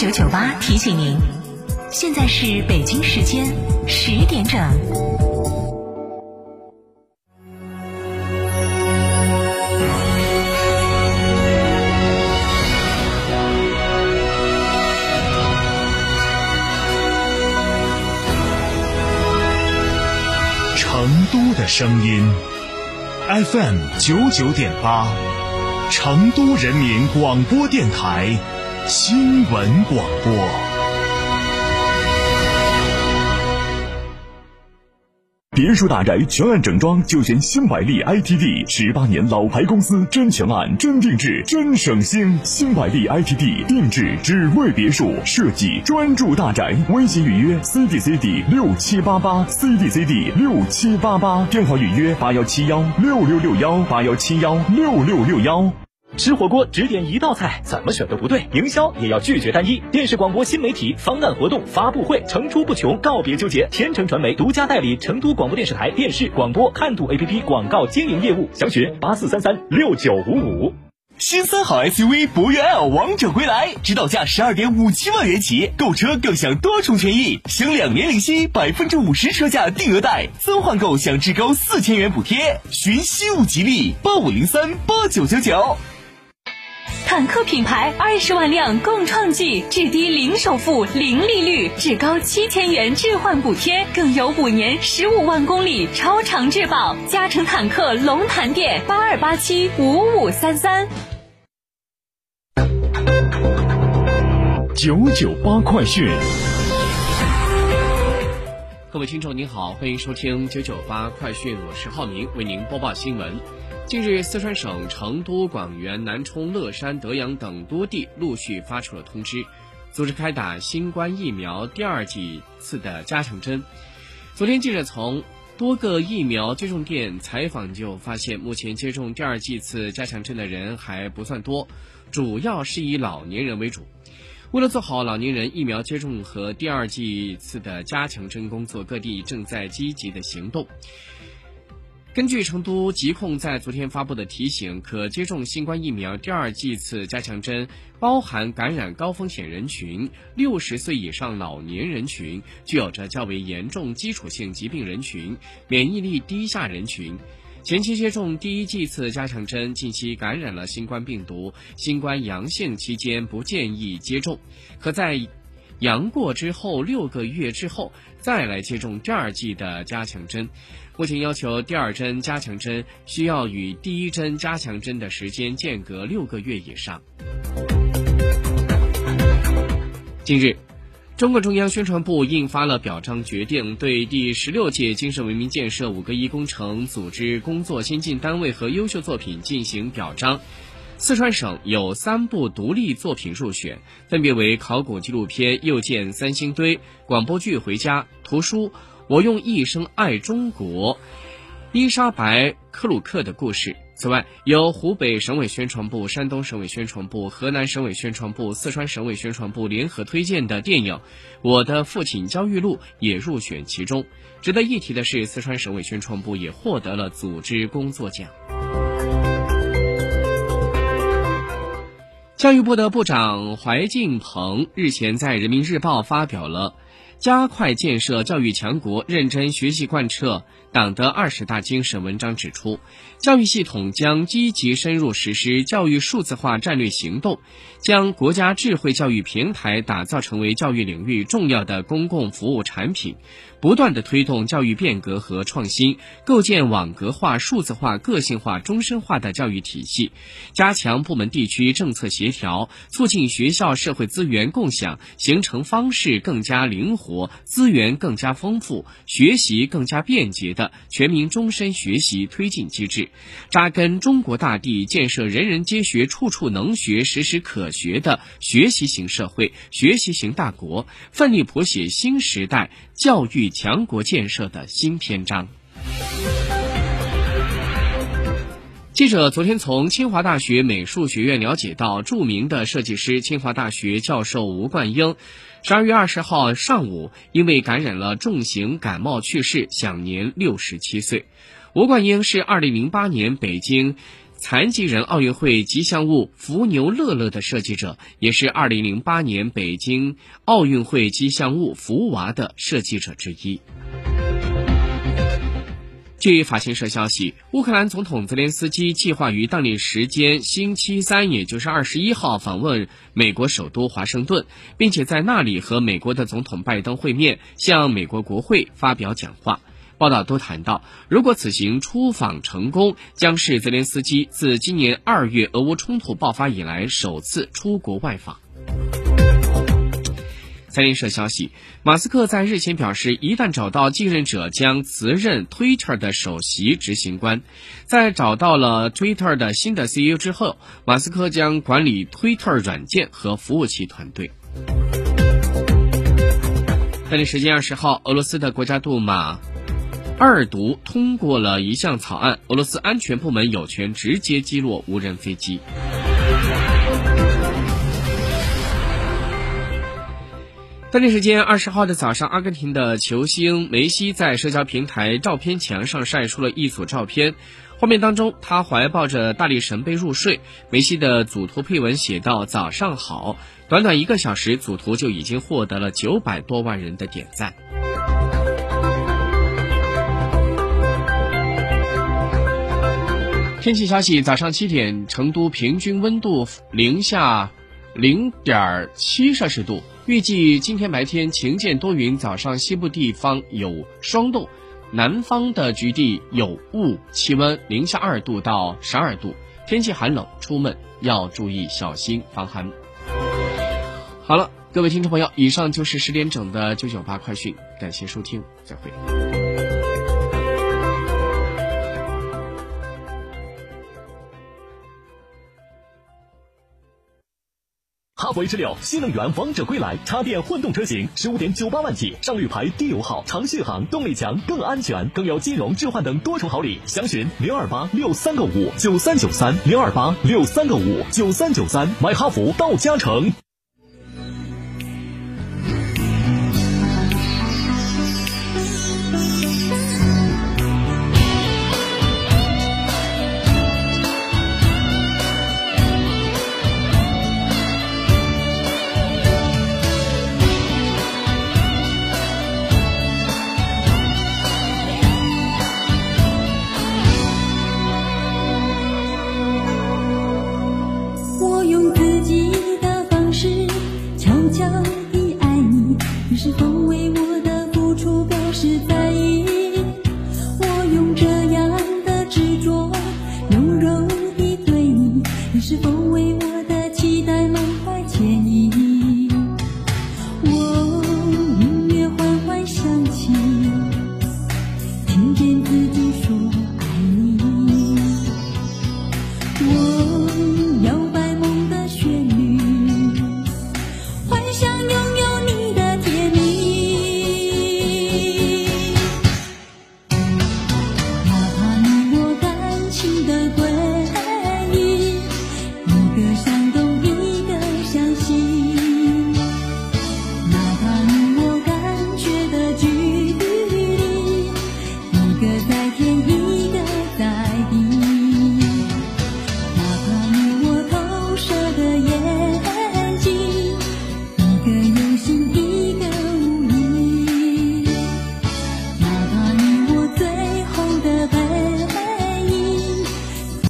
9998提醒您，现在是北京时间10点整。 成都的声音 FM 99.8，成都人民广播电台新闻广播。 别墅大宅全案整装就选新百利 ITD，18年老牌公司，真全案、真定制、真省心。新百利 ITD 定制只为别墅设计，专注大宅。微信预约 CDCD6788 CDCD6788，电话预约8171666181716661。 吃火锅只点一道菜，怎么选都不对，营销也要拒绝单一。电视广播新媒体方案活动发布会层出不穷，告别纠结。天成传媒独家代理成都广播电视台电视广播看度 APP 广告经营业务，详询84336955。 新三好 SUV 博越 L 王者归来，指导价12.57万元起，购车更享多重权益，享2年零息，50%车价定额贷，3换购享至高4000元补贴。寻西物吉利85038999。 坦克品牌20万辆共创季，至低零首付、零利率，至高7000元置换补贴，更有5年15万公里超长质保。嘉诚坦克龙潭店82875533。 998快讯。 各位听众您好，欢迎收听998快讯，我是浩明，为您播报新闻。近日，四川省成都、广元、南充、乐山、德阳等多地陆续发出了通知，组织开打新冠疫苗第2剂次的加强针。昨天记者从多个疫苗接种店采访就发现，目前接种第2剂次加强针的人还不算多，主要是以老年人为主。为了做好老年人疫苗接种和第2剂次的加强针工作，各地正在积极的行动。根据成都疾控在昨天发布的提醒，可接种新冠疫苗第2剂次加强针包含感染高风险人群、60岁以上老年人群、具有着较为严重基础性疾病人群、免疫力低下人群。前期接种第1剂次加强针，近期感染了新冠病毒、新冠阳性期间不建议接种，可在阳过之后6个月之后再来接种第2剂的加强针。目前要求第2针加强针需要与第1针加强针的时间间隔6个月以上。近日，中共中央宣传部印发了表彰决定，对第16届精神文明建设5个1工程组织工作先进单位和优秀作品进行表彰。四川省有3部独立作品入选，分别为考古纪录片《又见三星堆》、广播剧《回家》、图书我用一生爱中国，伊莎白·克鲁克的故事。此外，由湖北省委宣传部、山东省委宣传部、河南省委宣传部、四川省委宣传部联合推荐的电影《我的父亲焦裕禄》也入选其中。值得一提的是，四川省委宣传部也获得了组织工作奖。教育部的部长怀进鹏日前在人民日报发表了加快建设教育强国、认真学习贯彻党的20大精神文章，指出，教育系统将积极深入实施教育数字化战略行动，将国家智慧教育平台打造成为教育领域重要的公共服务产品，不断地推动教育变革和创新，构建网格化、数字化、个性化、终身化的教育体系，加强部门地区政策协调，促进学校社会资源共享，形成方式更加灵活、资源更加丰富、学习更加便捷的全民终身学习推进机制，扎根中国大地，建设人人皆学、处处能学、时时可学的学习型社会、学习型大国，奋力谱写新时代教育强国建设的新篇章。记者昨天从清华大学美术学院了解到，著名的设计师、清华大学教授吴冠英12月20号上午因为感染了重型感冒去世，享年67岁。吴冠英是2008年北京残疾人奥运会吉祥物伏牛乐乐的设计者，也是2008年北京奥运会吉祥物福娃的设计者之一。据法新社消息，乌克兰总统泽连斯基计划于当地时间星期三，也就是21号访问美国首都华盛顿，并且在那里和美国的总统拜登会面，向美国国会发表讲话。报道都谈到，如果此行出访成功，将是泽连斯基自今年2月俄乌冲突爆发以来首次出国外访。三联社消息，马斯克在日前表示，一旦找到继任者，将辞任 Twitter 的首席执行官。在找到了 Twitter 的新的 CEO 之后，马斯克将管理 Twitter 软件和服务器团队。当地时间20号，俄罗斯的国家杜马2读通过了一项草案，俄罗斯安全部门有权直接击落无人飞机。当地时间20号的早上，阿根廷的球星梅西在社交平台照片墙上晒出了一组照片，画面当中他怀抱着大力神杯入睡。梅西的组图配文写道：早上好，短短1个小时，组图就已经获得了900多万人的点赞。天气消息，早上7点，成都平均温度零下0.7摄氏度。预计今天白天晴间多云，早上西部地方有霜冻，南方的局地有雾，气温零下2度到12度，天气寒冷，出门要注意小心防寒。好了，各位听众朋友，以上就是10点整的998快讯，感谢收听，再会。 哈弗 H6 新能源王者归来，插电混动车型15.98万起，上绿牌低油耗，长续航，动力强，更安全，更有金融置换等多重好礼。详询02863959393，028639593，买哈弗到家城。